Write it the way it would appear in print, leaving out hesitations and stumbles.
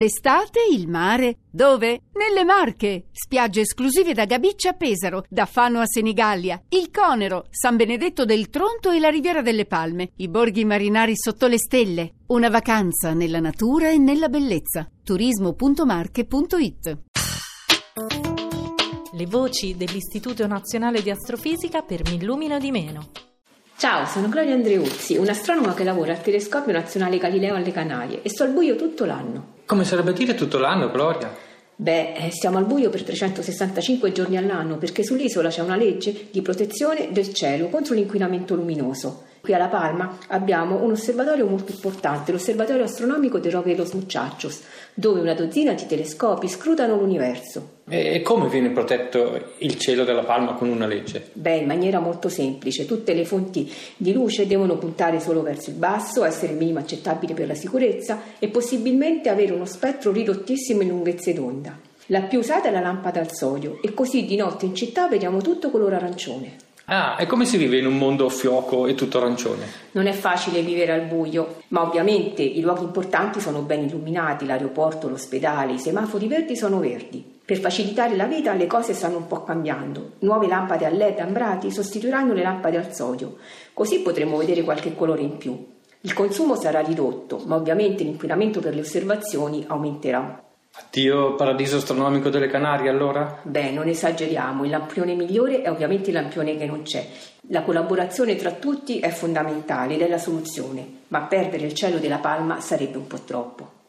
Estate, il mare. Dove? Nelle Marche. Spiagge esclusive da Gabicce a Pesaro, da Fano a Senigallia, il Conero, San Benedetto del Tronto e la Riviera delle Palme, i borghi marinari sotto le stelle. Una vacanza nella natura e nella bellezza. turismo.marche.it. Le voci dell'Istituto Nazionale di Astrofisica per Mi illumino di meno. Ciao, sono Gloria Andreuzzi, un'astronoma che lavora al Telescopio Nazionale Galileo alle Canarie e sto al buio tutto l'anno. Come sarebbe dire tutto l'anno, Gloria? Stiamo al buio per 365 giorni all'anno perché sull'isola c'è una legge di protezione del cielo contro l'inquinamento luminoso. Qui alla Palma abbiamo un osservatorio molto importante, l'osservatorio astronomico de Roque de los Muchachos, dove una dozzina di telescopi scrutano l'universo. E come viene protetto il cielo della Palma con una legge? In maniera molto semplice. Tutte le fonti di luce devono puntare solo verso il basso, essere il minimo accettabile per la sicurezza e possibilmente avere uno spettro ridottissimo in lunghezze d'onda. La più usata è la lampada al sodio e così di notte in città vediamo tutto color arancione. E come si vive in un mondo fioco e tutto arancione? Non è facile vivere al buio, ma ovviamente i luoghi importanti sono ben illuminati, l'aeroporto, l'ospedale, i semafori verdi sono verdi. Per facilitare la vita le cose stanno un po' cambiando. Nuove lampade a LED ambrati sostituiranno le lampade al sodio, così potremo vedere qualche colore in più. Il consumo sarà ridotto, ma ovviamente l'inquinamento per le osservazioni aumenterà. Addio paradiso astronomico delle Canarie, allora? Non esageriamo, il lampione migliore è ovviamente il lampione che non c'è. La collaborazione tra tutti è fondamentale ed è la soluzione, ma perdere il cielo della Palma sarebbe un po' troppo.